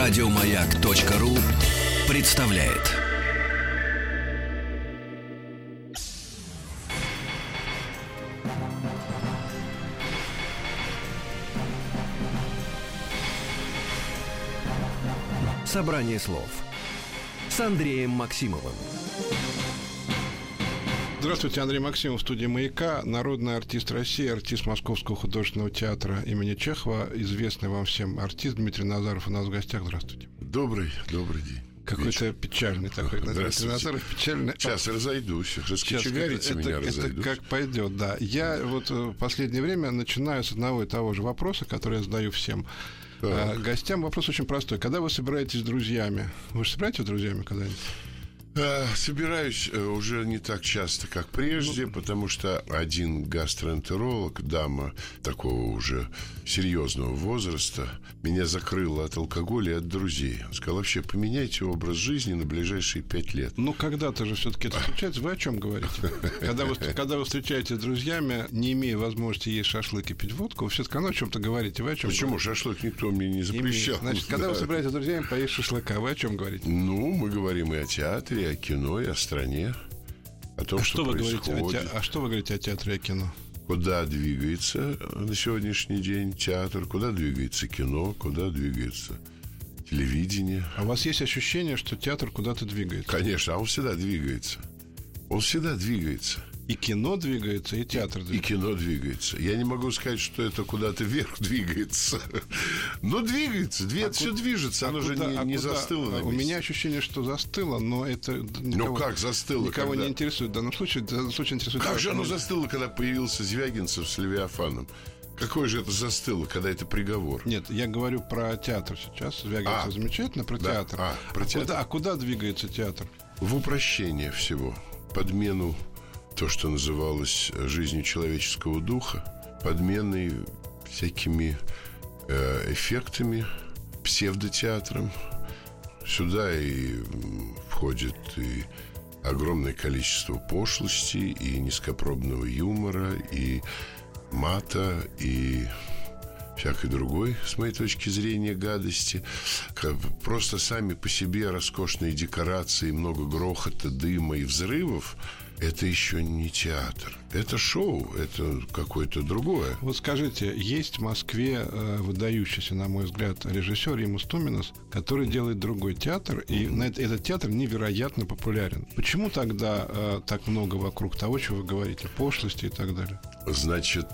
Радиомаяк.ру представляет. Собрание слов с Андреем Максимовым. Здравствуйте, Андрей Максимов, в студии «Маяка», народный артист России, артист Московского художественного театра имени Чехова, известный вам всем артист Дмитрий Назаров у нас в гостях. Здравствуйте. Добрый день. Какой-то печальный такой. Дмитрий Назаров печальный. Сейчас разойдусь, раскочегарите меня, разойдусь. Это как пойдет, да. Я вот в последнее время начинаю с одного и того же вопроса, который я задаю всем гостям. Вопрос очень простой. Когда вы собираетесь с друзьями? Вы же собираетесь с друзьями когда-нибудь? Собираюсь уже не так часто, как прежде, потому что один гастроэнтеролог, дама такого уже серьезного возраста, меня закрыла от алкоголя и от друзей. Он сказал: вообще поменяйте образ жизни на ближайшие 5 лет. Ну, когда-то же все-таки это случается. Вы о чем говорите? Когда вы встречаетесь с друзьями, не имея возможности есть шашлык и пить водку, вы все-таки о чем-то говорите. Вы о чем? Почему? Шашлык никто мне не запрещал. Значит, когда вы собираетесь с друзьями поесть шашлыка, вы о чем говорите? Ну, мы говорим и о театре, и о кино, и о стране, о том, что происходит. Что вы говорите о театре и о кино? Куда двигается на сегодняшний день театр, куда двигается кино, куда двигается телевидение. А у вас есть ощущение, что театр куда-то двигается? Конечно, а он всегда двигается. Он всегда двигается. И кино двигается, и театр двигается. И кино двигается. Я не могу сказать, что это куда-то вверх двигается. Но двигается. Все движется. Оно же не застыло на месте. У меня ощущение, что застыло, но это никого, как застыло? Никого не интересует. В данном случае интересует. Как же оно застыло, когда появился Звягинцев с Левиафаном? Какое же это застыло, когда это приговор? Нет, я говорю про театр сейчас. Звягинцев замечательно, про театр. Про театр. А куда двигается театр? В упрощение всего. Подмену то, что называлось жизнью человеческого духа, подменой всякими эффектами, псевдотеатром. Сюда и входит и огромное количество пошлости, и низкопробного юмора, и мата, и всякой другой, с моей точки зрения, гадости. Просто сами по себе роскошные декорации, много грохота, дыма и взрывов — это еще не театр. Это шоу, это какое-то другое. Вот скажите, есть в Москве выдающийся, на мой взгляд, режиссер Римус Туминас, который делает другой театр, и этот театр невероятно популярен. Почему тогда так много вокруг того, чего вы говорите, пошлости и так далее? Значит,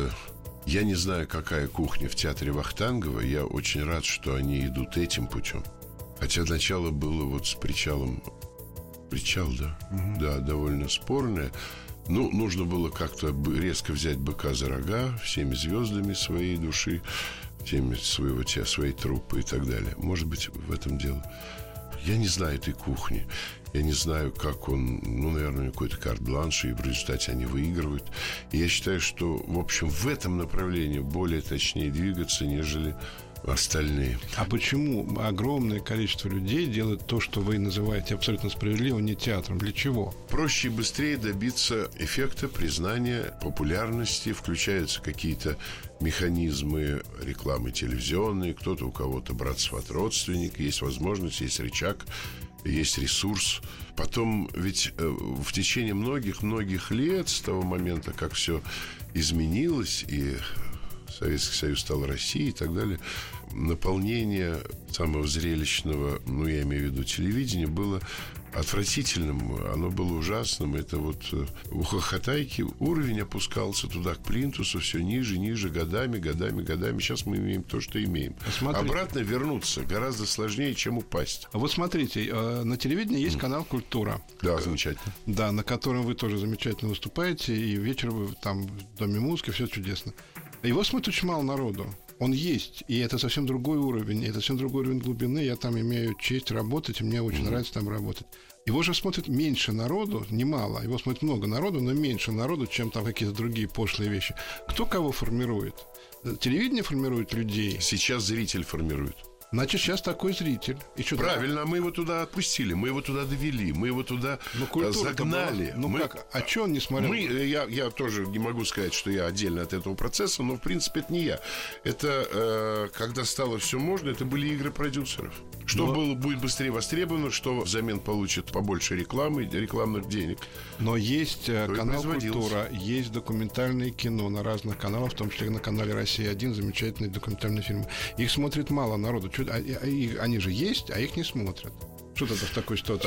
я не знаю, какая кухня в театре Вахтангова. Я очень рад, что они идут этим путем. Хотя начало было вот с причалом. Причал, да. Да, довольно спорное. Ну, нужно было как-то резко взять быка за рога, всеми звездами своей души, всеми своей труппы и так далее. Может быть, в этом дело. Я не знаю этой кухни. Я не знаю, как он... Ну, наверное, какой-то карт-бланш, и в результате они выигрывают. И я считаю, что, в общем, в этом направлении более точнее двигаться, нежели остальные. А почему огромное количество людей делают то, что вы называете абсолютно справедливо, не театром? Для чего? Проще и быстрее добиться эффекта, признания, популярности. Включаются какие-то механизмы рекламы телевизионные. Кто-то, у кого-то брат, сват, родственник. Есть возможность, есть рычаг, есть ресурс. Потом ведь в течение многих лет, с того момента, как все изменилось, и Советский Союз стал Россией и так далее, наполнение самого зрелищного, ну, я имею в виду телевидения, было отвратительным, оно было ужасным. Это вот у хохотайки уровень опускался туда, к плинтусу, все ниже, годами. Сейчас мы имеем то, что имеем. Обратно вернуться гораздо сложнее, чем упасть. А вот смотрите, на телевидении есть канал «Культура». Да, замечательно. Да, на котором вы тоже замечательно выступаете, и вечером вы там в Доме музыки, все чудесно. Его смотрит очень мало народу. Он есть, и это совсем другой уровень, это совсем другой уровень глубины. Я там имею честь работать, и мне очень нравится там работать. Его же смотрит меньше народу, немало. Его смотрит много народу, но меньше народу, чем там какие-то другие пошлые вещи. Кто кого формирует? Телевидение формирует людей? Сейчас зритель формирует. Значит, сейчас такой зритель. И что правильно, мы его туда отпустили, мы его туда довели, мы его туда загнали. Как? А что он не смотрел? Я тоже не могу сказать, что я отдельно от этого процесса, но, в принципе, это не я. Это, когда стало все можно, это были игры продюсеров. Что будет быстрее востребовано, что взамен получит побольше рекламы, рекламных денег. Но есть канал «Культура», есть документальное кино на разных каналах, в том числе на канале «Россия-1», замечательные документальные фильмы. Их смотрит мало народу. Они же есть, а их не смотрят. Что это в такой ситуации?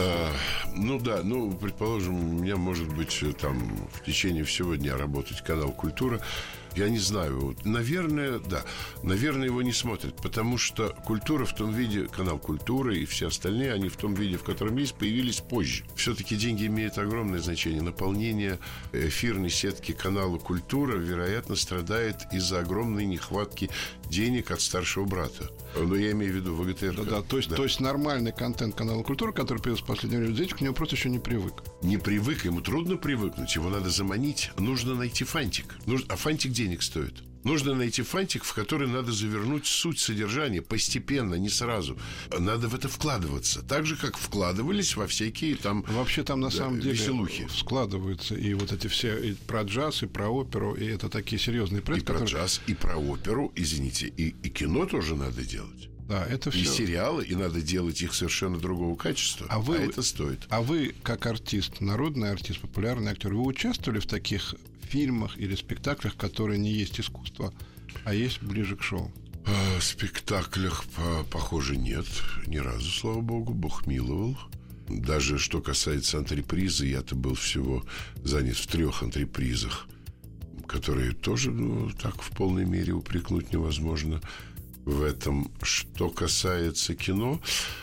Предположим, у меня может быть там в течение всего дня работать канал «Культура». Я не знаю. Наверное, да. Наверное, его не смотрят, потому что «Культура» в том виде, канал «Культура» и все остальные, они в том виде, в котором есть, появились позже. Все-таки деньги имеют огромное значение. Наполнение эфирной сетки канала «Культура», вероятно, страдает из-за огромной нехватки денег от старшего брата. Но я имею в виду ВГТРК. То есть нормальный контент канала «Культура», который появился в последнее время, зритель к нему просто еще не привык. Не привык, ему трудно привыкнуть, его надо заманить. Нужно найти фантик. А фантик денег стоит. Нужно найти фантик, в который надо завернуть суть содержания постепенно, не сразу. Надо в это вкладываться. Так же, как вкладывались во всякие там вообще там на самом деле веселухи. Складываются и вот эти все и про джаз, и про оперу, и это такие серьезные проекты. И про джаз, и про оперу, извините, и кино тоже надо делать. Да, это все. И сериалы, и надо делать их совершенно другого качества. А это стоит. А вы, как артист, народный артист, популярный актер, вы участвовали в таких фильмах или спектаклях, которые не есть искусство, а есть ближе к шоу? В спектаклях, похоже, нет. Ни разу, слава богу, Бог миловал. Даже что касается антрепризы, я-то был всего занят в 3 антрепризах, которые тоже, так в полной мере упрекнуть невозможно в этом. Что касается кино,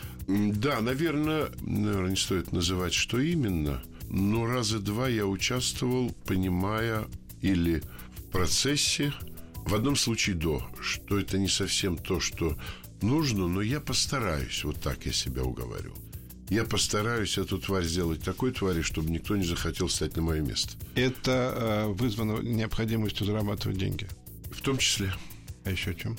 да, наверное, не стоит называть, что именно, но раза 2 я участвовал, понимая или в процессе, в одном случае что это не совсем то, что нужно, но я постараюсь, вот так я себя уговаривал. Я постараюсь эту тварь сделать такой тварью, чтобы никто не захотел встать на мое место. Это вызвано необходимостью зарабатывать деньги? В том числе. А еще чем?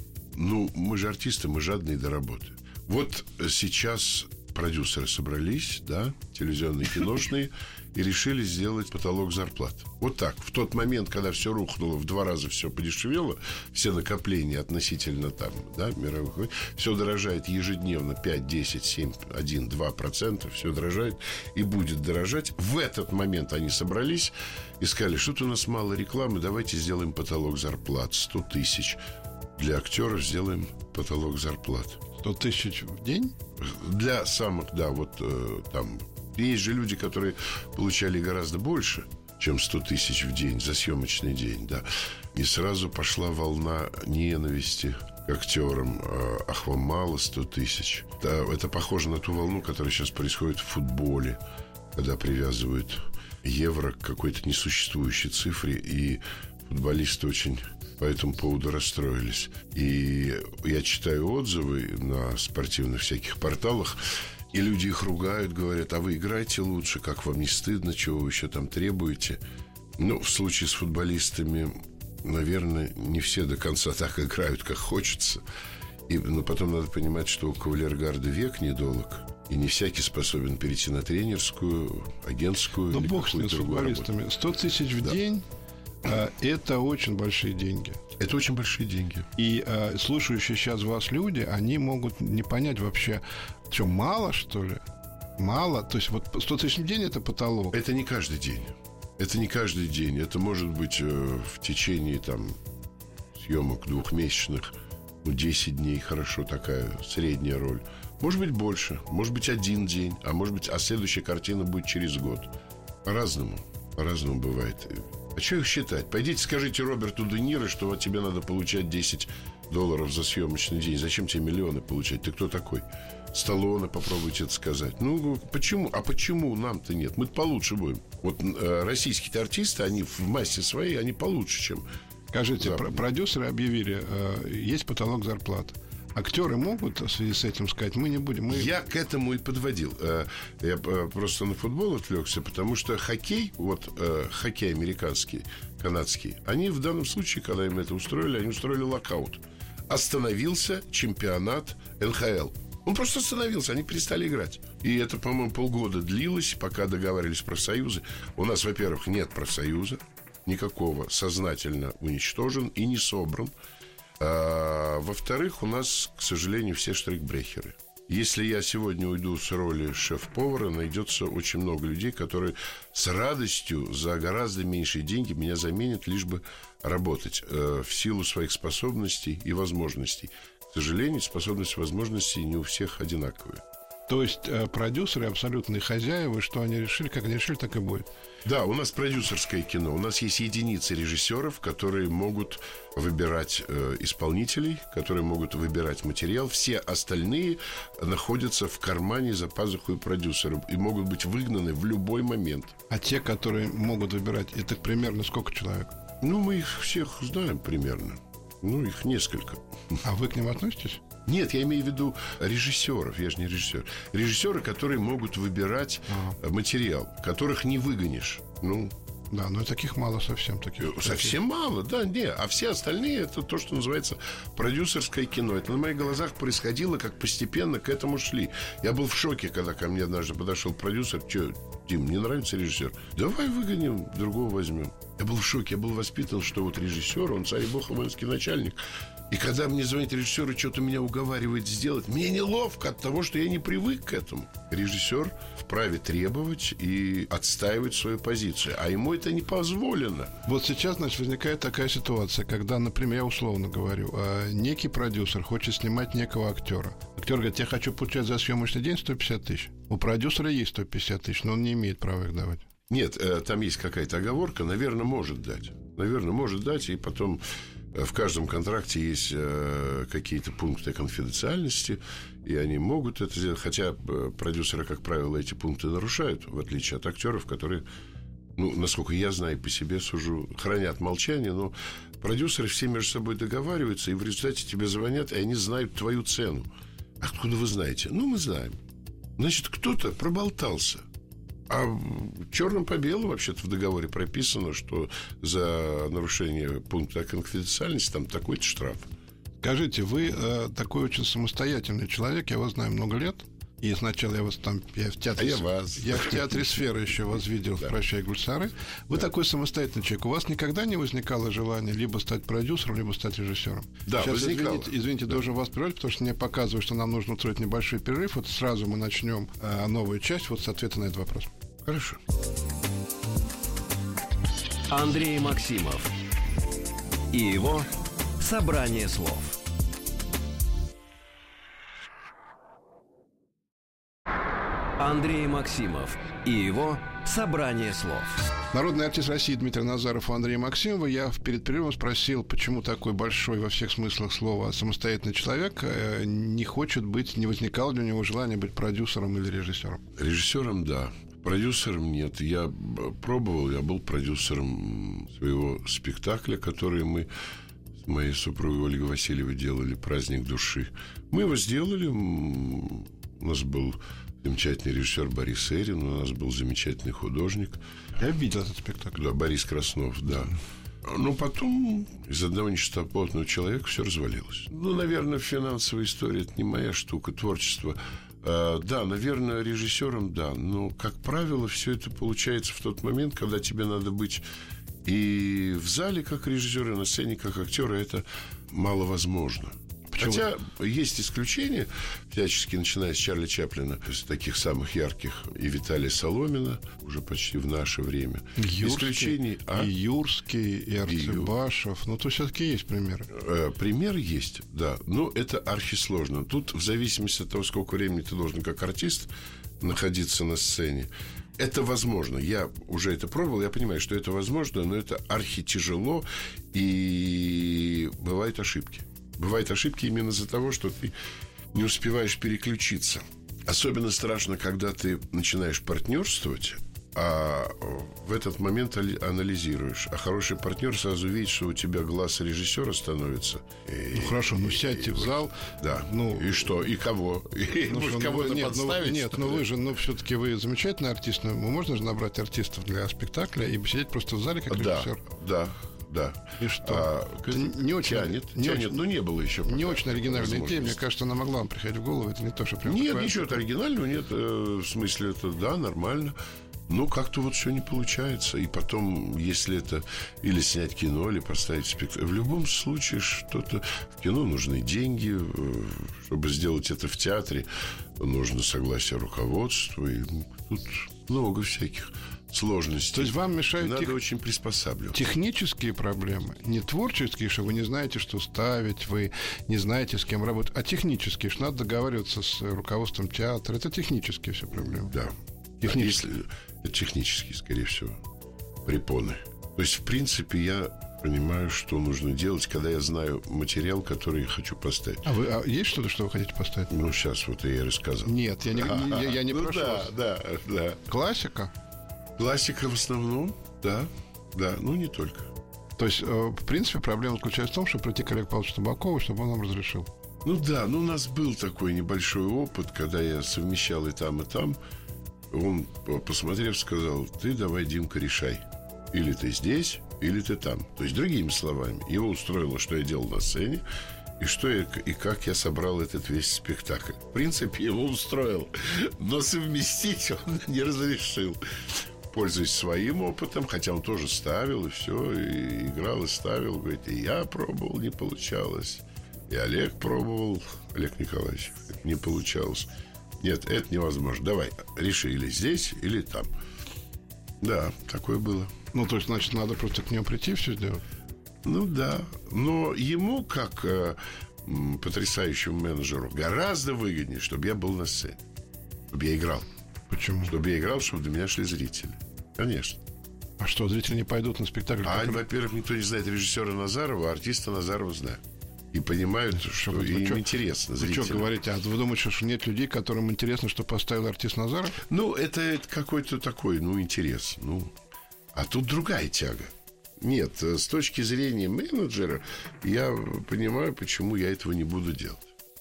Мы же артисты, мы жадные до работы. Вот сейчас продюсеры собрались, да, телевизионные, киношные, и решили сделать потолок зарплат. Вот так. В тот момент, когда все рухнуло, в 2 раза все подешевело, все накопления относительно там, да, мировых, все дорожает ежедневно 5, 10, 7, 1, 2%, все дорожает и будет дорожать. В этот момент они собрались и сказали, что-то у нас мало рекламы, давайте сделаем потолок зарплат 100 тысяч. Для актеров сделаем потолок зарплат. 100 тысяч в день? Для самых, да, вот там. Есть же люди, которые получали гораздо больше, чем 100 тысяч в день за съемочный день, да. И сразу пошла волна ненависти к актерам. Ах, вам мало 100 тысяч. Это похоже на ту волну, которая сейчас происходит в футболе, когда привязывают евро к какой-то несуществующей цифре, и футболисты очень по этому поводу расстроились. И я читаю отзывы на спортивных всяких порталах, и люди их ругают, говорят, а вы играете лучше, как вам не стыдно, чего вы еще там требуете. В случае с футболистами, наверное, не все до конца так играют, как хочется. Но потом надо понимать, что у кавалергарда век недолг, и не всякий способен перейти на тренерскую, агентскую или бог с ним, с футболистами. 100 тысяч в день – это очень большие деньги. Это очень большие деньги. И слушающие сейчас вас люди, они могут не понять вообще, что, мало, что ли? Мало? То есть вот 100 тысяч в день – это потолок. Это не каждый день. Это не каждый день. Это может быть в течение там съемок 2-месячных, 10 дней, хорошо, такая средняя роль. Может быть, больше. Может быть, 1 день. А следующая картина будет через год. По-разному. По-разному бывает. А что их считать? Пойдите, скажите Роберту Де Ниро, что тебе надо получать $10 за съемочный день. Зачем тебе миллионы получать? Ты кто такой? Сталлоне, попробуйте это сказать. Почему? А почему нам-то нет? Мы-то получше будем. Вот российские артисты, они в массе своей, они получше, чем... Скажите, продюсеры объявили, есть потолок зарплат. Актеры могут в связи с этим сказать, мы не будем. Я к этому и подводил. Я просто на футбол отвлекся, потому что хоккей, хоккей американский, канадский, они в данном случае, когда им это устроили, они устроили локаут. остановился чемпионат НХЛ. Он просто остановился, они перестали играть. И это, по-моему, полгода длилось, пока договаривались профсоюзы. У нас, во-первых, нет профсоюза никакого, сознательно уничтожен и не собран. А, во-вторых, у нас, к сожалению, все штрихбрехеры. Если я сегодня уйду с роли шеф-повара, найдется очень много людей, которые с радостью за гораздо меньшие деньги меня заменят, лишь бы работать в силу своих способностей и возможностей. К сожалению, способности и возможности не у всех одинаковые. То есть продюсеры абсолютные хозяева, что они решили, как они решили, так и будет. Да, у нас продюсерское кино. У нас есть единицы режиссеров, которые могут выбирать исполнителей, которые могут выбирать материал. Все остальные находятся в кармане за пазухой продюсеров и могут быть выгнаны в любой момент. А те, которые могут выбирать, это примерно сколько человек? Ну, мы их всех знаем примерно. Ну, их несколько. А вы к ним относитесь? Нет, я имею в виду режиссеров, я же не режиссер. Режиссеры, которые могут выбирать материал, которых не выгонишь. Ну, да, но таких мало совсем. Совсем мало, да, не. А все остальные, это то, что называется продюсерское кино. Это на моих глазах происходило, как постепенно к этому шли. Я был в шоке, когда ко мне однажды подошел продюсер. Че, Дим, не нравится режиссер? Давай выгоним, другого возьмем. Я был в шоке, я был воспитан, что вот режиссер, он царь и бог, воинский начальник. И когда мне звонит режиссер и что-то меня уговаривает сделать, мне неловко от того, что я не привык к этому. Режиссер вправе требовать и отстаивать свою позицию, а ему это не позволено. Вот сейчас, значит, возникает такая ситуация, когда, например, я условно говорю, некий продюсер хочет снимать некого актера. Актер говорит, я хочу получать за съемочный день 150 тысяч. У продюсера есть 150 тысяч, но он не имеет права их давать. Нет, там есть какая-то оговорка, наверное, может дать. Наверное, может дать, и потом в каждом контракте есть какие-то пункты конфиденциальности, и они могут это сделать. Хотя продюсеры, как правило, эти пункты нарушают, в отличие от актеров, которые, ну, насколько я знаю, по себе сужу, хранят молчание, но продюсеры все между собой договариваются, и в результате тебе звонят, и они знают твою цену. Откуда вы знаете? Ну, мы знаем. Значит, кто-то проболтался. А черным по белому вообще-то в договоре прописано, что за нарушение пункта конфиденциальности там такой-то штраф. Скажите, вы такой очень самостоятельный человек, я вас знаю много лет. И сначала я вас там, я в театре «Сфера» еще вас видел в «Прощай, Гульсары». Вы такой самостоятельный человек. У вас никогда не возникало желания либо стать продюсером, либо стать режиссером? Да, сейчас, возникало. Извините, должен вас прервать, потому что мне показывают, что нам нужно устроить небольшой перерыв. Вот сразу мы начнем новую часть вот с ответа на этот вопрос. Хорошо. Андрей Максимов и его «Собрание слов». Андрей Максимов и его «Собрание слов». Народный артист России Дмитрий Назаров у Андрея Максимова. Я перед перерывом спросил, почему такой большой во всех смыслах слова самостоятельный человек не хочет быть, не возникало ли у него желания быть продюсером или режиссером? Режиссером, да. Продюсером нет. Я пробовал, я был продюсером своего спектакля, который мы с моей супругой Ольгой Васильевой делали, «Праздник души». Мы его сделали. У нас был замечательный режиссер Борис Эрин, у нас был замечательный художник. Я видел этот спектакль. Да, Борис Краснов, да. Но потом из одного нечистоплотного человека все развалилось. Ну, наверное, финансовая история – это не моя штука, творчество. Да, наверное, режиссером, да. Но, как правило, все это получается в тот момент, когда тебе надо быть и в зале как режиссер, и на сцене как актер, и это маловозможно. Почему? Хотя есть исключения, всячески, начиная с Чарли Чаплина, из таких самых ярких, и Виталия Соломина, уже почти в наше время. Исключений, и Юрский, и Арцебашев. Ну, то все-таки есть примеры. Пример есть, да. Но это архисложно. Тут, в зависимости от того, сколько времени ты должен как артист находиться на сцене, это возможно. Я уже это пробовал, я понимаю, что это возможно, но это архитяжело, и бывают ошибки. Бывают ошибки именно из-за того, что ты не успеваешь переключиться. Особенно страшно, когда ты начинаешь партнерствовать, а в этот момент анализируешь. А хороший партнер сразу видит, что у тебя глаз режиссера становится. Ну хорошо, сядьте в зал. Да. Ну, и что? И кого? Кого-то подставить? Нет, но вы же, все-таки вы замечательный артист. Но можно же набрать артистов для спектакля и сидеть просто в зале как режиссер? Да. Да. И что? Не очень, тянет, но не было еще пока. Не очень оригинальная идея. Мне кажется, она могла вам приходить в голову. Это не то, что прям... Нет, ничего оригинального нет. В смысле, это, да, нормально. Но как-то вот все не получается. И потом, если это или снять кино, или поставить спектакль, в любом случае что-то... В кино нужны деньги. Чтобы сделать это в театре, нужно согласие руководства. И тут много всяких сложностей. То есть вам мешают надо очень приспосабливаться. Технические проблемы, не творческие, что вы не знаете, что ставить, вы не знаете, с кем работать, а технические, что надо договариваться с руководством театра. Это технические все проблемы. Да. Технические. Это технические, скорее всего, препоны. То есть, в принципе, я понимаю, что нужно делать, когда я знаю материал, который я хочу поставить. А есть что-то, что вы хотите поставить? Ну, сейчас вот я и рассказал. Нет, я не прошу вас. Да. Классика? Классика в основном, да. Ну, не только. То есть, в принципе, проблема заключается в том, что прийти к Олегу Павловичу Табакову, чтобы он нам разрешил. Ну, да, у нас был такой небольшой опыт, когда я совмещал и там, и там. Он, посмотрев, сказал: ты давай, Димка, решай. Или ты здесь, или ты там. То есть, другими словами, его устроило, что я делал на сцене, и как я собрал этот весь спектакль. В принципе, его устроил. Но совместить он не разрешил. Пользуясь своим опытом, хотя он тоже ставил, и все, и играл, и ставил. Говорит, и я пробовал, не получалось. И Олег пробовал, Олег Николаевич, не получалось. Нет, это невозможно. Давай, реши, или здесь, или там. Да, такое было. Ну, то есть, значит, надо просто к нему прийти и все сделать? Ну, да. Но ему, как потрясающему менеджеру, гораздо выгоднее, чтобы я был на сцене. Чтобы я играл. Почему? Чтобы я играл, чтобы до меня шли зрители. Конечно. А что, зрители не пойдут на спектакль? Во-первых, никто не знает режиссера Назарова, а артиста Назарова знает. И понимают, что им интересно зрителям. Вы что говорите? А вы думаете, что нет людей, которым интересно, что поставил артист Назаров? Ну, это какой-то такой, интерес. А тут другая тяга. Нет, с точки зрения менеджера, я понимаю, почему я этого не буду делать.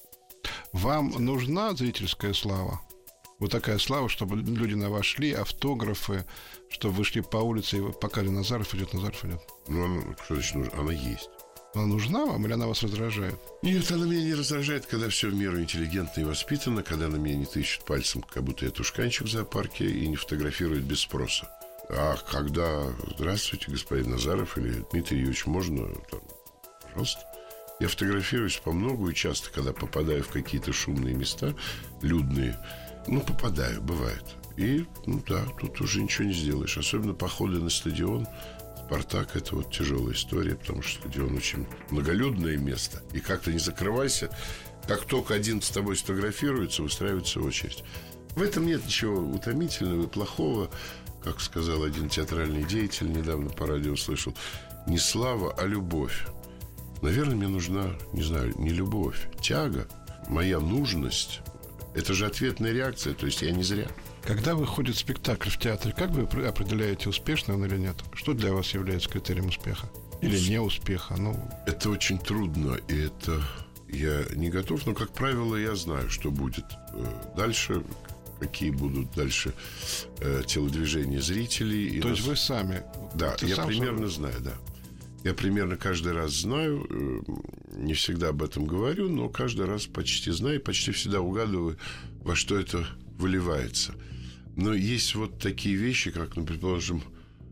Вам нужна зрительская слава? Вот такая слава, чтобы люди на вас шли, автографы, чтобы вы шли по улице и показали: Назаров идет. Ну, что значит нужно? Она есть. Она нужна вам или она вас раздражает? Нет, она меня не раздражает, когда все в меру интеллигентно и воспитанно, когда на меня не тычут пальцем, как будто я тушканчик в зоопарке, и не фотографируют без спроса. А когда: здравствуйте, господин Назаров или Дмитрий Юрьевич, можно? Пожалуйста. Я фотографируюсь по многу, и часто, когда попадаю в какие-то шумные места, людные, попадаю, бывает. И, тут уже ничего не сделаешь. Особенно походы на стадион. «Спартак» — это вот тяжелая история, потому что стадион очень многолюдное место. И как-то не закрывайся. Как только один с тобой сфотографируется, выстраивается очередь. В этом нет ничего утомительного и плохого. Как сказал один театральный деятель, недавно по радио услышал: не слава, а любовь. Наверное, мне нужна, не любовь, тяга, моя нужность. Это же ответная реакция, то есть я не зря. Когда выходит спектакль в театре, как вы определяете, успешный он или нет? Что для вас является критерием успеха? Или неуспеха? Это очень трудно, и это я не готов, но, как правило, я знаю, что будет дальше, какие будут дальше телодвижения зрителей. То есть вы сами? Да, я примерно знаю, да. Я примерно каждый раз знаю, не всегда об этом говорю, но каждый раз почти знаю, и почти всегда угадываю, во что это выливается. Но есть вот такие вещи, как, предположим,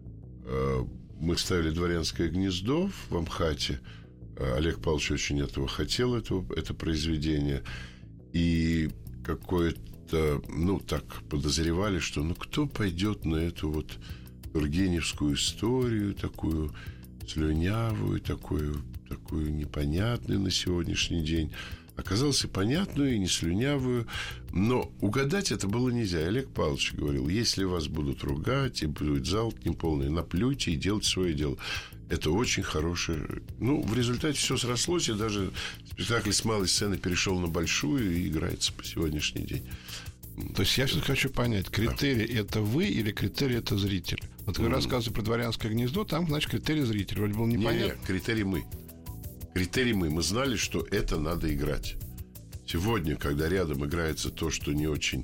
мы ставили «Дворянское гнездо» в Амхате. Олег Павлович очень этого хотел, это произведение. И какое-то, так подозревали, что кто пойдет на эту вот тургеневскую историю, такую слюнявую, такую непонятную на сегодняшний день. Оказалось, и понятную, и не слюнявую. Но угадать это было нельзя. Олег Павлович говорил: если вас будут ругать, и будет зал неполный, наплюйте и делайте свое дело. Это очень хорошее. В результате все срослось, и даже спектакль с малой сцены перешел на большую и играется по сегодняшний день. То есть я все-таки хочу понять, критерий это вы или критерий это зритель? Вот вы рассказываете про «Дворянское гнездо», там, значит, критерий зритель. Вроде было непонятно. Нет, критерий мы. Критерий мы. Мы знали, что это надо играть. Сегодня, когда рядом играется то, что не очень,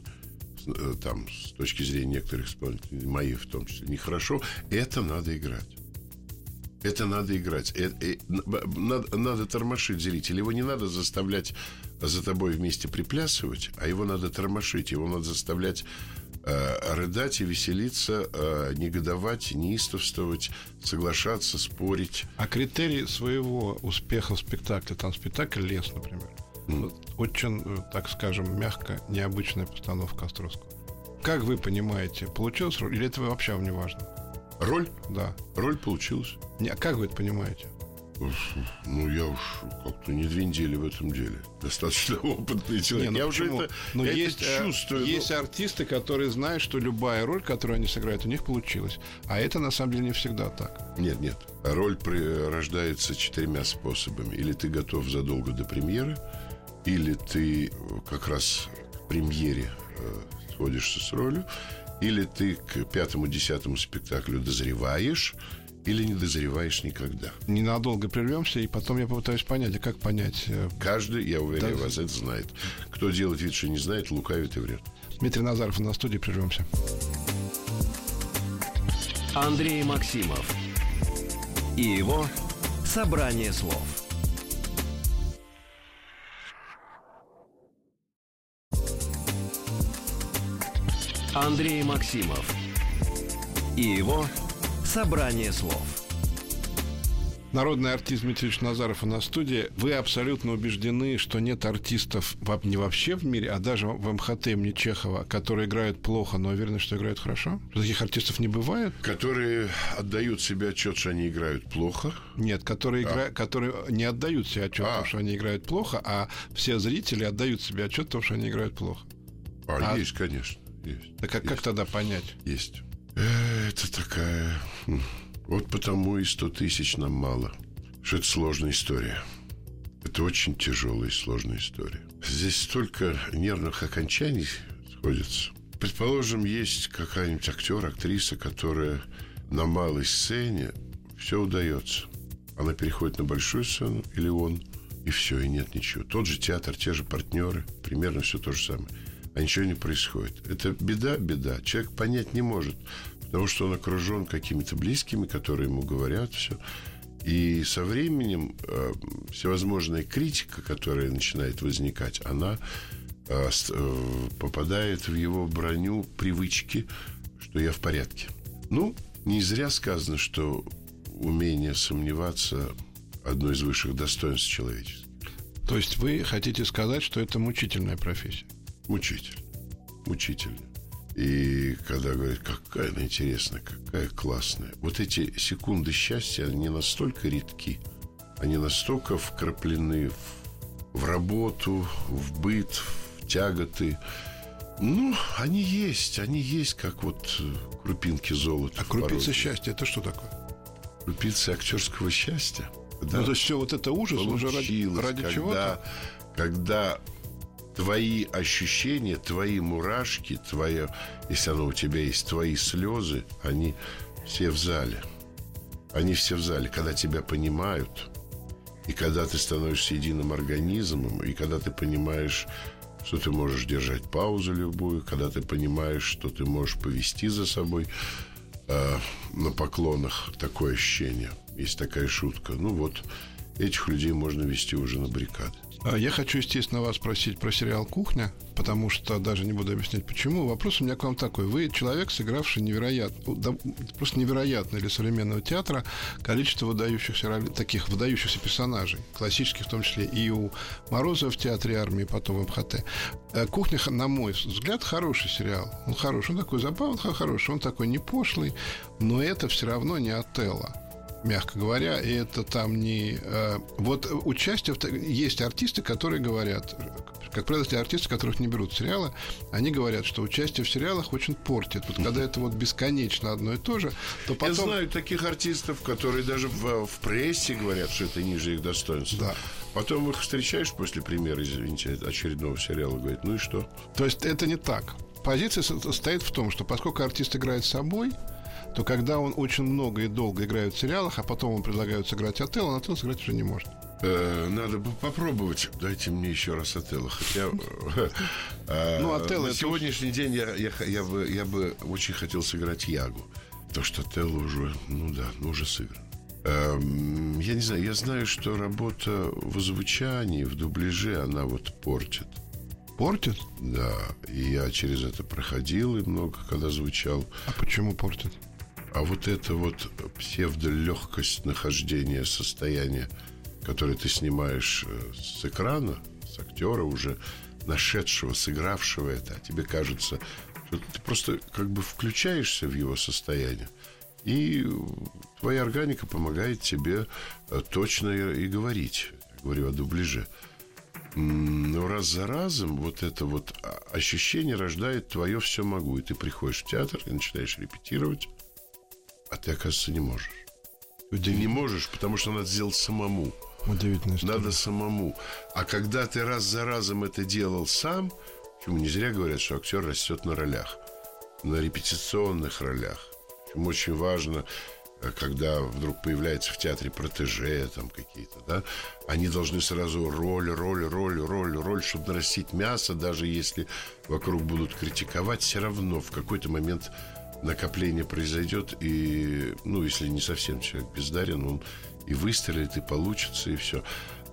с точки зрения некоторых исполнителей, моих в том числе, нехорошо, это надо играть. Это надо играть. Надо тормошить зрителя. Его не надо заставлять за тобой вместе приплясывать, а его надо тормошить. Его надо заставлять рыдать и веселиться, негодовать, неистовствовать, соглашаться, спорить. А критерий своего успеха в спектакле, там спектакль «Лес», например, очень, так скажем, мягко, необычная постановка Островского. Как вы понимаете, получилась роль, или это вообще вам не важно? Роль? Да. Роль получилась. А как вы это понимаете? Ну, я уж как-то не 2 недели в этом деле. Достаточно опытный человек. Я уже это чувствую. Есть артисты, которые знают, что любая роль, которую они сыграют, у них получилась. А это, на самом деле, не всегда так. Нет. Роль рождается 4 способами. Или ты готов задолго до премьеры, или ты как раз к премьере сходишься с ролью, или ты к 5-10 спектаклю дозреваешь, или не дозреваешь никогда. Ненадолго прервемся, и потом я попытаюсь понять, а как понять? Каждый, я уверяю вас, это знает. Кто делает вид, что не знает, лукавит и врет. Дмитрий Назаров на студии, прервемся. Андрей Максимов и его «Собрание слов». Андрей Максимов и его «Собрание слов». Народный артист Дмитрий Ильич Назаров на студии. Вы абсолютно убеждены, что нет артистов не вообще в мире, а даже в МХТ имени Чехова, которые играют плохо, но уверены, что играют хорошо? Таких артистов не бывает? Которые отдают себе отчет, что они играют плохо? Нет, которые не отдают себе отчет в том, что они играют плохо, а все зрители отдают себе отчет в том, что они играют плохо. Есть, конечно. Есть. Так как тогда понять? Есть. Это такая... Вот потому и 100 тысяч нам мало. Что это сложная история. Это очень тяжелая и сложная история. Здесь столько нервных окончаний сходится. Предположим, есть какая-нибудь актер, актриса, которая на малой сцене все удается. Она переходит на большую сцену, или он, и все, и нет ничего. Тот же театр, те же партнеры, примерно все то же самое. А ничего не происходит. Это беда. Человек понять не может, потому что он окружен какими-то близкими, которые ему говорят все. И со временем всевозможная критика, которая начинает возникать, она попадает в его броню привычки, что я в порядке. Ну, не зря сказано, что умение сомневаться – одно из высших достоинств человеческих. То есть вы хотите сказать, что это мучительная профессия? Мучительно. И когда говорят, какая она интересная, какая классная. Вот эти секунды счастья, они настолько редки, они настолько вкраплены в работу, в быт, в тяготы. Ну, они есть, как вот крупинки золота. А крупица счастья, это что такое? Крупица актерского счастья. Да. Ну, то есть все вот это ужас, уже ради чего-то? Когда твои ощущения, твои мурашки, если оно у тебя есть, твои слезы, они все в зале. Они все в зале, когда тебя понимают, и когда ты становишься единым организмом, и когда ты понимаешь, что ты можешь держать паузу любую, когда ты понимаешь, что ты можешь повести за собой на поклонах. Такое ощущение. Есть такая шутка. Ну вот, этих людей можно вести уже на баррикады. Я хочу, естественно, вас спросить про сериал «Кухня», потому что даже не буду объяснять, почему. Вопрос у меня к вам такой. Вы человек, сыгравший просто невероятное для современного театра количество таких выдающихся персонажей, классических в том числе, и у Морозова в театре армии, потом в МХТ. «Кухня», на мой взгляд, хороший сериал. Он хороший, он такой забавный, хороший, он такой не пошлый, но это все равно не «Отелло», мягко говоря, и это там не... Вот участие... Есть артисты, которые говорят... Как правило, те артисты, которых не берут в сериалы, они говорят, что участие в сериалах очень портит. Вот когда это вот бесконечно одно и то же, то потом... Я знаю таких артистов, которые даже в прессе говорят, что это ниже их достоинства. Да. Потом их встречаешь после премьеры, извините, очередного сериала, говорят, ну и что? То есть это не так. Позиция состоит в том, что поскольку артист играет собой, то когда он очень много и долго играет в сериалах, а потом ему предлагают сыграть «Отелло», он «Отелло» сыграть уже не может. Надо бы попробовать. Дайте мне еще раз «Отелло». Хотя «Отелло» на сегодняшний день я бы очень хотел сыграть Ягу. Потому что «Отелло» уже, уже сыгран. Я не знаю, я знаю, что работа в озвучании, в дубляже, она вот портит. Портит? Да, и я через это проходил и много когда звучал. А почему портит? А вот эта вот псевдолегкость нахождения состояния, которое ты снимаешь с экрана, с актера уже нашедшего, сыгравшего это, а тебе кажется, что ты просто как бы включаешься в его состояние, и твоя органика помогает тебе точно и говорить. Я говорю о дубляже. Но раз за разом вот это вот ощущение рождает твое «все могу». И ты приходишь в театр и начинаешь репетировать, а ты, оказывается, не можешь. Ты не можешь, потому что надо сделать самому. Удивительная история. Надо самому. А когда ты раз за разом это делал сам, почему не зря говорят, что актер растет на ролях, на репетиционных ролях. Почему очень важно, когда вдруг появляется в театре протеже там какие-то, да, они должны сразу роль, чтобы нарастить мясо, даже если вокруг будут критиковать, все равно в какой-то момент накопление произойдет, и, ну, если не совсем человек бездарен, он и выстрелит, и получится, и все.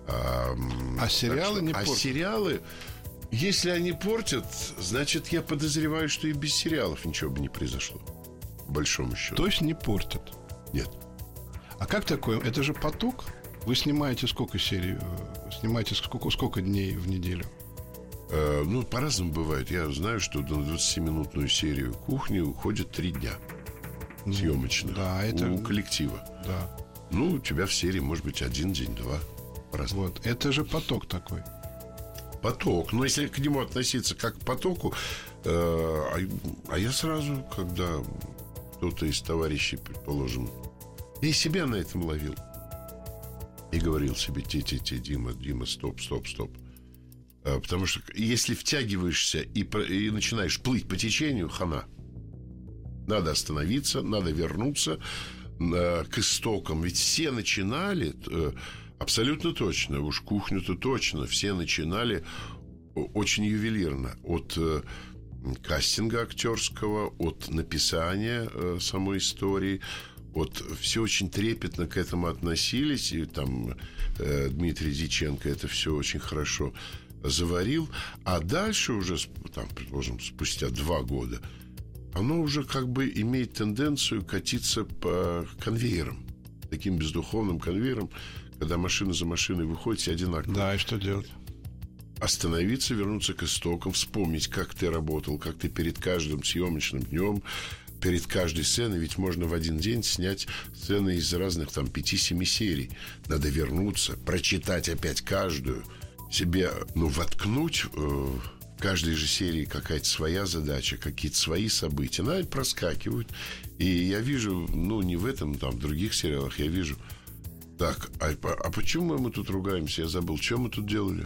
А сериалы не портят? А сериалы, если они портят, значит, я подозреваю, что и без сериалов ничего бы не произошло, по большому счету. То есть не портят? Нет. А как такое? Это же поток. Вы снимаете сколько серий? Снимаете сколько дней в неделю? Ну, по-разному бывает. Я знаю, что на 20-минутную серию кухни уходит 3 дня съемочных, да, это... у коллектива. Да. Ну, у тебя в серии может быть 1 день, 2. По-разному. Вот. Это же поток такой. Поток. Но если к нему относиться как к потоку, а я сразу, когда кто-то из товарищей, предположим, я и себя на этом ловил. И говорил себе: Дима, стоп. Потому что если втягиваешься и начинаешь плыть по течению, хана. Надо остановиться, надо вернуться к истокам. Ведь все начинали, абсолютно точно, уж кухню-то точно, все начинали очень ювелирно. От кастинга актерского, от написания самой истории. Вот все очень трепетно к этому относились. И там Дмитрий Дьяченко это все очень хорошо заварил. А дальше уже, там, предположим, спустя 2 года, оно уже как бы имеет тенденцию катиться по конвейерам. Таким бездуховным конвейером, когда машина за машиной выходит, все одинаково. Да, и что делать? Остановиться, вернуться к истокам, вспомнить, как ты работал, как ты перед каждым съемочным днем, перед каждой сценой, ведь можно в один день снять сцены из разных там 5-7 серий. Надо вернуться, прочитать опять каждую, себе, воткнуть в каждой же серии какая-то своя задача, какие-то свои события. Она проскакивают. И я вижу, не в этом, там, в других сериалах я вижу, так, а почему мы тут ругаемся? Я забыл, что мы тут делали?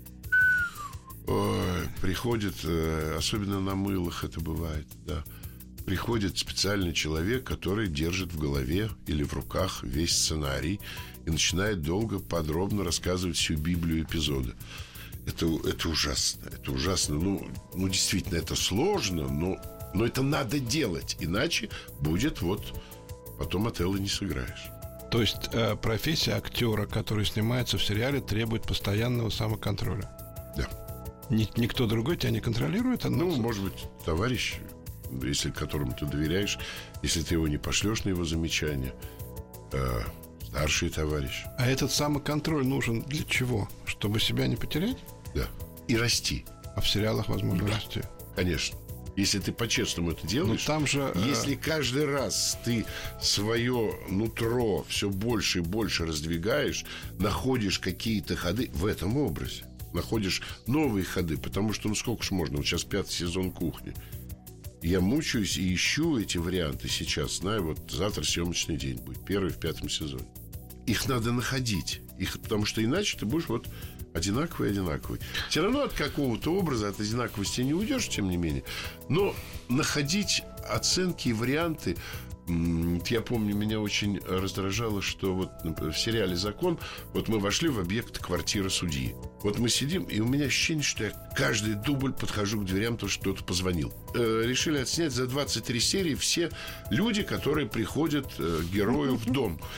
Ой, приходит, особенно на мылах это бывает, да. Приходит специальный человек, который держит в голове или в руках весь сценарий и начинает долго, подробно рассказывать всю Библию эпизода. Это ужасно. Это ужасно. Ну, действительно, это сложно, но это надо делать. Иначе будет потом Отелло не сыграешь. То есть профессия актера, который снимается в сериале, требует постоянного самоконтроля? Да. Никто другой тебя не контролирует? Может быть, товарищ, если которому ты доверяешь, если ты его не пошлешь на его замечания, старший товарищ. А этот самоконтроль нужен для чего? Чтобы себя не потерять? Да. И расти. А в сериалах возможно расти? Конечно. Если ты по-честному это делаешь, там же, если каждый раз ты свое нутро все больше и больше раздвигаешь, находишь какие-то ходы в этом образе, находишь новые ходы, потому что, сколько ж можно, сейчас 5-й сезон «Кухни». Я мучаюсь и ищу эти варианты сейчас. Знаю, завтра съемочный день будет, 1-й в 5-м сезоне. Их надо находить. Потому что иначе ты будешь одинаковый. Все равно от какого-то образа, от одинаковости не уйдешь, тем не менее. Но находить оценки и варианты. Я помню, меня очень раздражало, что в сериале «Закон» мы вошли в объект квартиры судьи. Мы сидим, и у меня ощущение, что я каждый дубль подхожу к дверям, потому что кто-то позвонил. Решили отснять за 23 серии все люди, которые приходят к герою в дом.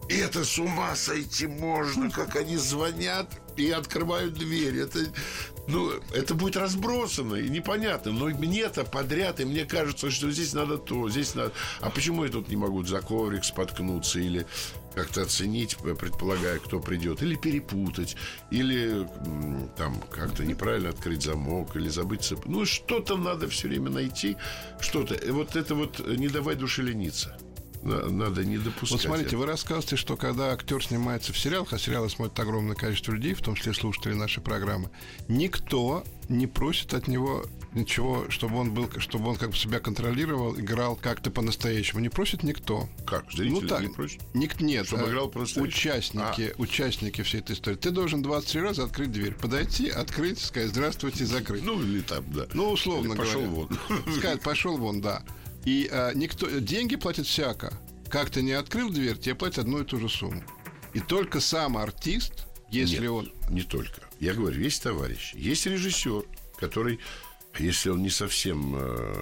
Это с ума сойти можно, как они звонят и открывают дверь. Это будет разбросано и непонятно. Но мне-то подряд, и мне кажется, что здесь надо то, здесь надо... А почему я тут не могу за коврик споткнуться или как-то оценить, предполагая, кто придет, или перепутать, или там как-то неправильно открыть замок, или забыть цепь. Что-то надо все время найти, что-то. Вот это вот не давай душе лениться. Надо не допускать. Вот смотрите, вы рассказываете, что когда актер снимается в сериалах, а сериалы смотрит огромное количество людей, в том числе слушатели нашей программы, никто не просит от него ничего, чтобы он как бы себя контролировал, играл как-то по-настоящему. Не просит никто. Как? Зрители не просят? Нет. Чтобы играл по-настоящему? Участники всей этой истории. Ты должен 23 раза открыть дверь. Подойти, открыть, сказать «здравствуйте» и закрыть. Или там, да. Условно говоря. Пошел вон. Сказать «пошел вон», да. И деньги платят всяко. Как ты не открыл дверь, тебе платят одну и ту же сумму. И только сам артист, если он... не только. Я говорю, есть товарищ, есть режиссер, который, если он не совсем,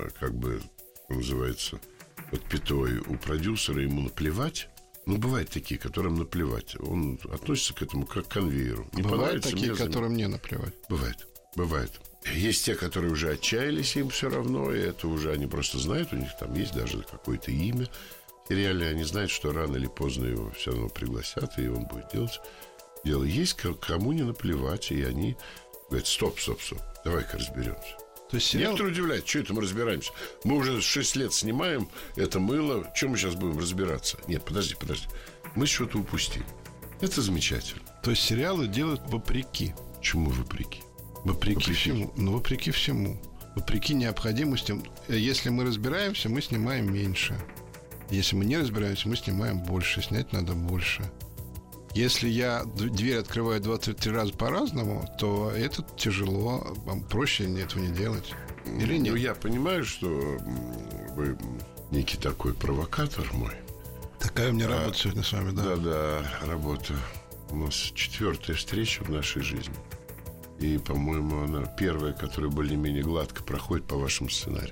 называется, подпятой у продюсера, ему наплевать. Бывают такие, которым наплевать. Он относится к этому как к конвейеру. Не бывают такие, которым не наплевать. Бывает. Есть те, которые уже отчаялись, им все равно, и это уже они просто знают, у них там есть даже какое-то имя сериальное, они знают, что рано или поздно его все равно пригласят, и он будет делать дело. Есть кому не наплевать, и они говорят, стоп, давай-ка разберемся. То есть сериал... Некоторые удивляются, что это мы разбираемся? Мы уже 6 лет снимаем это мыло, чем мы сейчас будем разбираться? Нет, подожди, мы что-то упустили. Это замечательно. То есть сериалы делают вопреки. Чему вопреки? Вопреки всему. Вопреки всему. Вопреки необходимости. Если мы разбираемся, мы снимаем меньше. Если мы не разбираемся, мы снимаем больше. Снять надо больше. Если я дверь открываю 23 раза по-разному, то это тяжело. Вам проще этого не делать. Или нет? Я понимаю, что вы некий такой провокатор мой. Такая у меня работа сегодня с вами, да? Да, работа. У нас 4-я встреча в нашей жизни. И, по-моему, она первая, которая более-менее гладко проходит по вашему сценарию.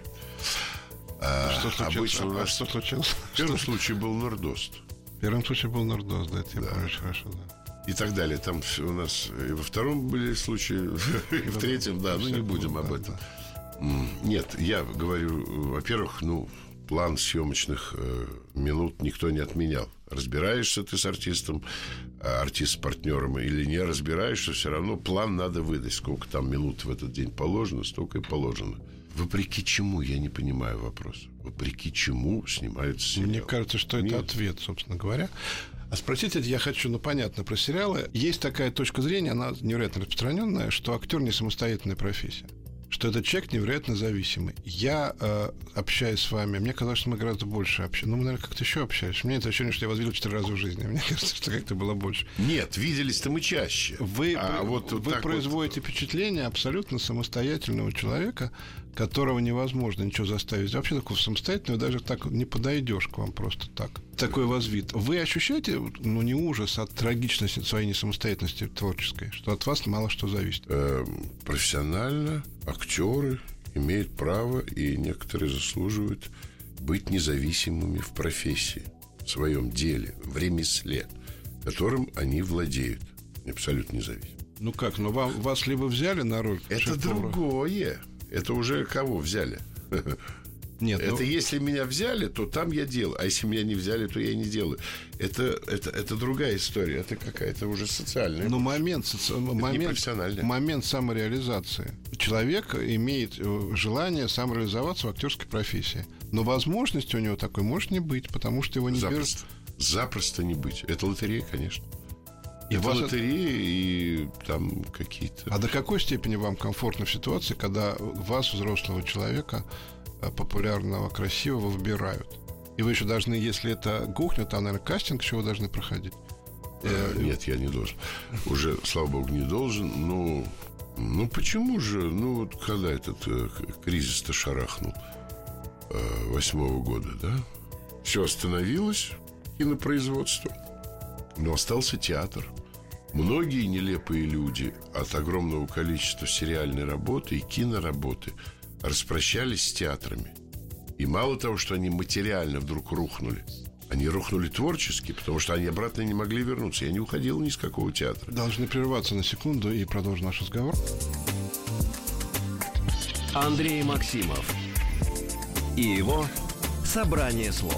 Что случилось? В первом случае был нордост. В первом случае был нордост, да, это я помню очень хорошо, да. И так далее. Там у нас и во втором были случаи, и в третьем, да, не будем об этом. Нет, я говорю, во-первых, план съемочных минут никто не отменял. Разбираешься ты с артистом, артист с партнером или не разбираешься, все равно план надо выдать. Сколько там минут в этот день положено, столько и положено. Вопреки чему, я не понимаю вопрос. Вопреки чему снимаются сериалы? Мне кажется, что это ответ, собственно говоря. А спросить это я хочу, понятно, про сериалы. Есть такая точка зрения, она невероятно распространенная, что актер не самостоятельная профессия. Что этот человек невероятно зависимый. Я общаюсь с вами, мне казалось, что мы гораздо больше общаемся. Мы, наверное, как-то еще общались. Мне это ощущение, что я вас видел 4 раза в жизни. Мне кажется, что как-то было больше. Нет, виделись-то мы чаще. Вы производите впечатление абсолютно самостоятельного человека, которого невозможно ничего заставить. Вообще такого самостоятельного даже так не подойдешь к вам просто так. Такой вас вид. Вы ощущаете, не ужас, от трагичности своей несамостоятельности творческой, что от вас мало что зависит? Профессионально актеры имеют право, и некоторые заслуживают быть независимыми в профессии, в своем деле, в ремесле, которым они владеют. Абсолютно независимы. Вас либо взяли на роль это другое. Это уже кого взяли? Нет, если меня взяли, то там я делаю. А если меня не взяли, то я и не делаю. Это другая история. Это какая-то уже социальная. Момент самореализации. Человек имеет желание самореализоваться в актерской профессии. Но возможности у него такой может не быть, потому что его не берут. Запросто не быть. Это лотерея, конечно. Это лотереи и там какие-то... А до какой степени вам комфортно в ситуации, когда вас, взрослого человека, популярного, красивого, выбирают? И вы еще должны, если это кухня, там, наверное, кастинг еще вы должны проходить. Нет, я не должен. Уже, слава богу, не должен. Почему же? Когда этот кризис-то шарахнул 2008 года, да? Все остановилось, кинопроизводство. Но остался театр. Многие нелепые люди от огромного количества сериальной работы и киноработы распрощались с театрами. И мало того, что они материально вдруг рухнули, Они рухнули творчески, потому что они обратно не могли вернуться. Я не уходил ни с какого театра. Должны прерваться на секунду и продолжим наш разговор. Андрей Максимов и его «Собрание слов».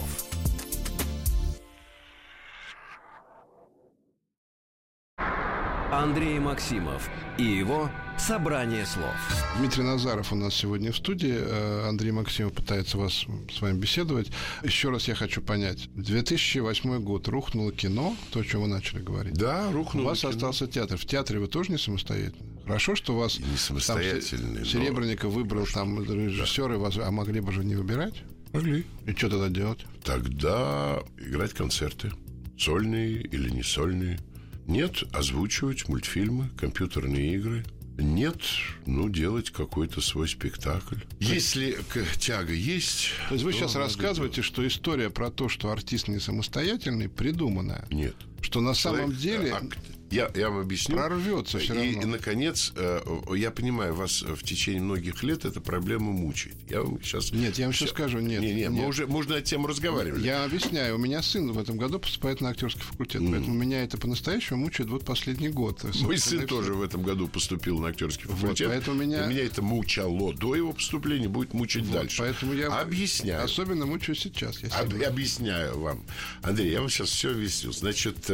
Андрей Максимов и его «Собрание слов». Дмитрий Назаров у нас сегодня в студии. Андрей Максимов пытается с вами беседовать. Еще раз я хочу понять. 2008 год. Рухнуло кино, то, о чем вы начали говорить. Да, рухнуло. У вас кино. остался театр. В театре вы тоже не самостоятельны? Хорошо, что у вас... Не самостоятельный. Серебренников выбрал там режиссеры, а могли бы же не выбирать? Могли. И что тогда делать? Тогда играть концерты. Сольные или не сольные. Нет, озвучивать мультфильмы, компьютерные игры. Нет, делать какой-то свой спектакль. Если тяга есть... То есть вы сейчас рассказываете, что история про то, что артист не самостоятельный, придуманная? Нет. Что на самом деле... Я вам объясню. Прорвется все равно. И, наконец, я понимаю, вас в течение многих лет эта проблема мучает. Я вам сейчас... Нет, я вам сейчас скажу, нет. Мы уже на эту тему разговаривали. Я объясняю. У меня сын в этом году поступает на актерский факультет, поэтому меня это по-настоящему мучает вот последний год. Мой сын тоже в этом году поступил на актерский факультет. Поэтому меня это мучало до его поступления, будет мучить дальше. Поэтому я объясняю. Особенно мучаюсь сейчас. Объясняю вам. Андрей, я вам сейчас все объясню. Значит...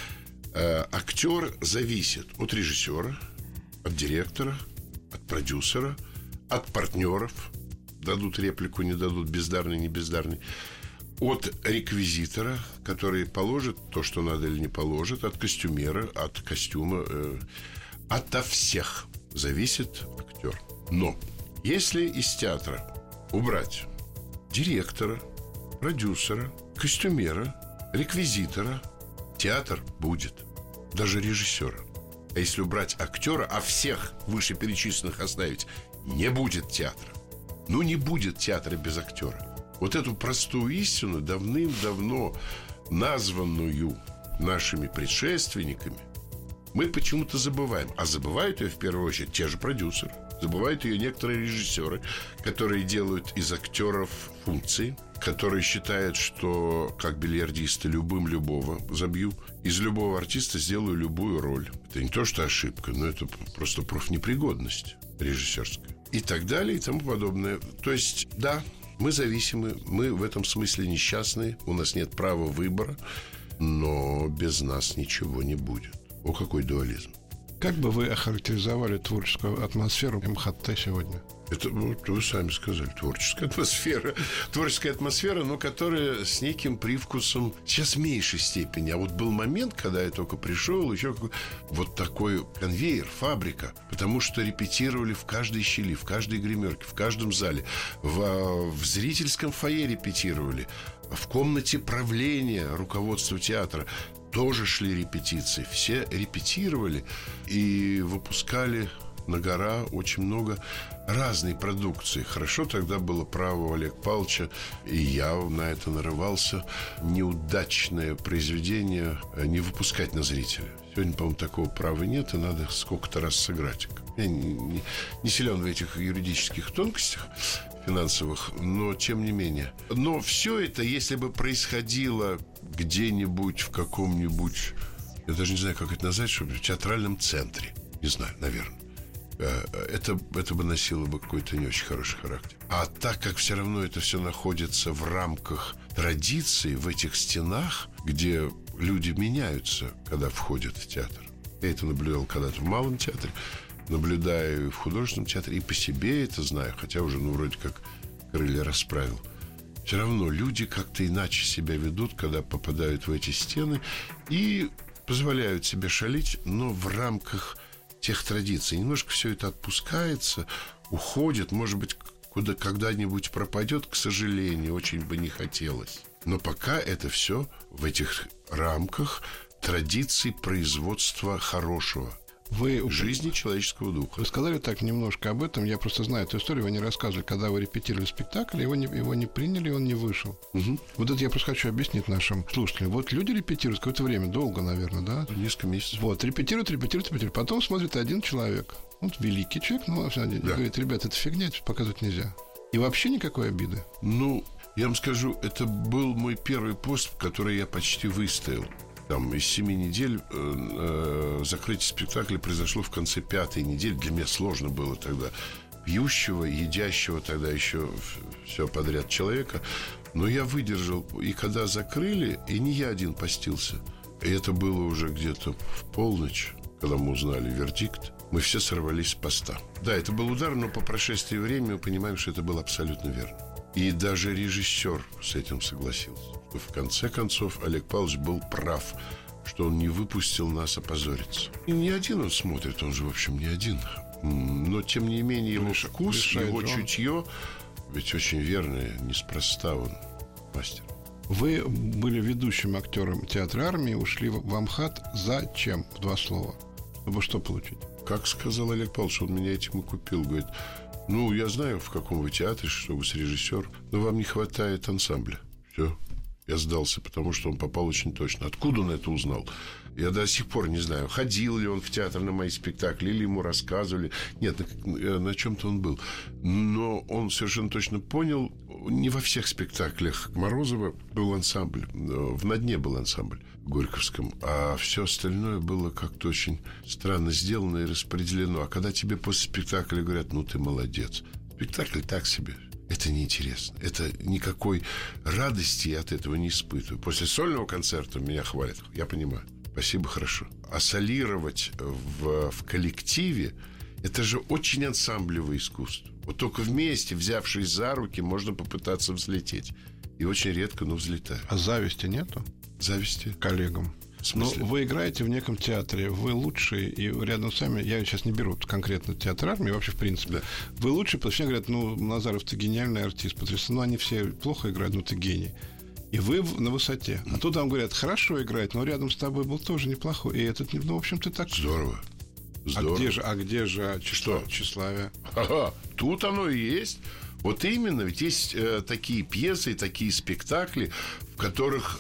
актер зависит от режиссера, от директора, от продюсера, от партнеров. Дадут реплику, не дадут, бездарный, не бездарный. От реквизитора, который положит то, что надо или не положит. От костюмера, от костюма. Ото всех зависит актер. Но если из театра убрать директора, продюсера, костюмера, реквизитора, театр будет, даже режиссера. А если убрать актера, а всех вышеперечисленных оставить, не будет театра. Не будет театра без актера. Вот эту простую истину, давным-давно названную нашими предшественниками, мы почему-то забываем. А забывают ее в первую очередь те же продюсеры. Забывают ее некоторые режиссеры, которые делают из актеров функции, которые считают, что как бильярдисты любого забью, из любого артиста сделаю любую роль. Это не то, что ошибка, но это просто профнепригодность режиссерская. И так далее, и тому подобное. То есть, да, мы зависимы, мы в этом смысле несчастные, у нас нет права выбора, но без нас ничего не будет. О, какой дуализм. Как бы вы охарактеризовали творческую атмосферу МХТ сегодня? Это, вы сами сказали, творческая атмосфера, но которая с неким привкусом, сейчас в меньшей степени. А вот был момент, когда я только пришел, еще вот такой конвейер, фабрика, потому что репетировали в каждой щели, в каждой гримерке, в каждом зале, в зрительском фойе репетировали, в комнате правления руководства театра тоже шли репетиции. Все репетировали и выпускали на гора очень много разной продукции. Хорошо тогда было право у Олега Павловича, и я на это нарывался, неудачное произведение не выпускать на зрителя. Сегодня, по-моему, такого права нет, и надо сколько-то раз сыграть. Я не силен в этих юридических тонкостях финансовых, но тем не менее. Но все это, если бы происходило где-нибудь в каком-нибудь, я даже не знаю, как это назвать, чтобы в театральном центре, не знаю, наверное, это бы носило бы какой-то не очень хороший характер. А так как все равно это все находится в рамках традиции, в этих стенах, где люди меняются, когда входят в театр. Я это наблюдал когда-то в Малом театре, наблюдаю и в художественном театре, и по себе это знаю, хотя уже, вроде как крылья расправил. Все равно люди как-то иначе себя ведут, когда попадают в эти стены и позволяют себе шалить, но в рамках тех традиций. Немножко все это отпускается, уходит, может быть, когда-нибудь пропадет, к сожалению, очень бы не хотелось. Но пока это все в этих рамках традиций производства хорошего. Жизни человеческого духа. Вы сказали так немножко об этом. Я просто знаю эту историю. Вы не рассказывали, когда вы репетировали спектакль, его не приняли, он не вышел. Угу. Вот это я просто хочу объяснить нашим слушателям. Вот люди репетируют какое-то время, долго, наверное, да? Несколько месяцев. Вот, репетируют. Потом смотрит один человек. Вот великий человек, говорит, ребята, это фигня, это показывать нельзя. И вообще никакой обиды. Я вам скажу, это был мой первый пост, который я почти выстоял. Там из 7 недель закрытие спектакля произошло в конце 5-й недели. Для меня сложно было тогда. Пьющего, едящего тогда еще все подряд человека. Но я выдержал. И когда закрыли, и не я один постился. И это было уже где-то в полночь, когда мы узнали вердикт. Мы все сорвались с поста. Да, это был удар, но по прошествии времени мы понимаем, что это было абсолютно верно. И даже режиссер с этим согласился. Что в конце концов Олег Павлович был прав, что он не выпустил нас опозориться. И не один он смотрит, он же, в общем, не один. Но, тем не менее, его вкус, его чутье, ведь очень верное, неспроста он мастер. Вы были ведущим актером театра «Армии», ушли в Амхат. Зачем? В 2 слова. Чтобы что получить? Как сказал Олег Павлович, он меня этим и купил. Говорит, ну, я знаю, в каком вы театре, что вы с режиссер, но вам не хватает ансамбля. Все. Я сдался, потому что он попал очень точно. Откуда он это узнал? Я до сих пор не знаю, ходил ли он в театр на мои спектакли, или ему рассказывали. Нет, на чем-то он был. Но он совершенно точно понял, не во всех спектаклях Морозова был ансамбль. В «На дне» был ансамбль в Горьковском. А все остальное было как-то очень странно сделано и распределено. А когда тебе после спектакля говорят, ну, ты молодец. Спектакль так себе. Это неинтересно. Это никакой радости я от этого не испытываю. После сольного концерта меня хвалят. Я понимаю. Спасибо, хорошо. А солировать в коллективе — это же очень ансамблевое искусство. Вот только вместе, взявшись за руки, можно попытаться взлететь. И очень редко, но взлетаю. А зависти нету? Зависти? Коллегам. В смысле? Но вы играете в неком театре, вы лучшие, и рядом с вами, я сейчас не беру конкретно театр «Армии», вообще в принципе, да. Вы лучшие, потому что все говорят, ну, Назаров, ты гениальный артист, потрясный, ну, они все плохо играют, ну, ты гений. И вы на высоте. А тут вам говорят, хорошо играет, но рядом с тобой был тоже неплохой. И этот, ну, в общем, ты так... Здорово. Здорово. А где же тщеславие? Ага, тут оно и есть. Вот именно, ведь есть такие пьесы, такие спектакли, в которых,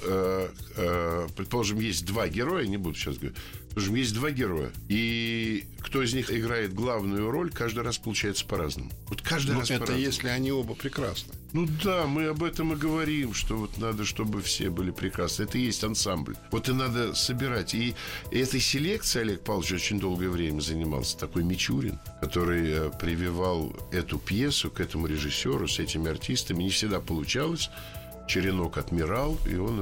предположим, есть 2 героя, не буду сейчас говорить, предположим, есть 2 героя, и кто из них играет главную роль, каждый раз получается по-разному. Вот каждый раз это по-разному. Если они оба прекрасны. Ну да, мы об этом и говорим, что вот надо, чтобы все были прекрасны. Это и есть ансамбль. Вот и надо собирать. И этой селекцией Олег Павлович очень долгое время занимался. Такой Мичурин, который прививал эту пьесу к этому режиссеру, с этими артистами. Не всегда получалось. Черенок отмирал, и он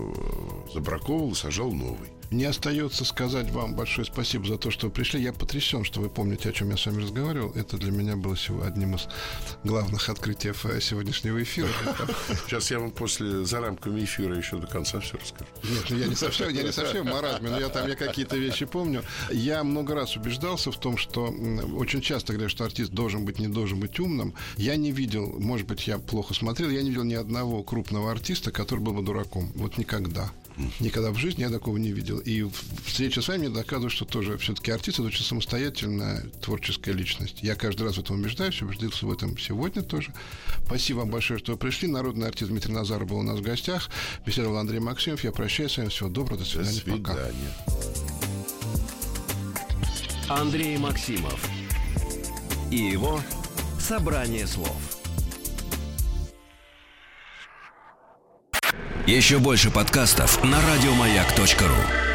его забраковывал и сажал новый. Мне остается сказать вам большое спасибо за то, что вы пришли. Я потрясен, что вы помните, о чем я с вами разговаривал. Это для меня было одним из главных открытий сегодняшнего эфира. Сейчас я вам за рамками эфира еще до конца все расскажу. Нет, ну я не совсем в маразме, но я какие-то вещи помню. Я много раз убеждался в том, что очень часто говорят, что артист должен быть, не должен быть умным. Я не видел, может быть, я плохо смотрел, я не видел ни одного крупного артиста, который был бы дураком. Вот никогда. Никогда в жизни я такого не видел. И встреча с вами мне доказывает, что тоже все-таки артист — это очень самостоятельная творческая личность. Я каждый раз в этом убеждаюсь, убедился в этом сегодня тоже. Спасибо вам большое, что вы пришли. Народный артист Дмитрий Назаров был у нас в гостях. Беседовал Андрей Максимов. Я прощаюсь с вами. Всего доброго. До свидания. До свидания. Пока. Андрей Максимов и его «Собрание слов». Еще больше подкастов на радиомаяк.ру.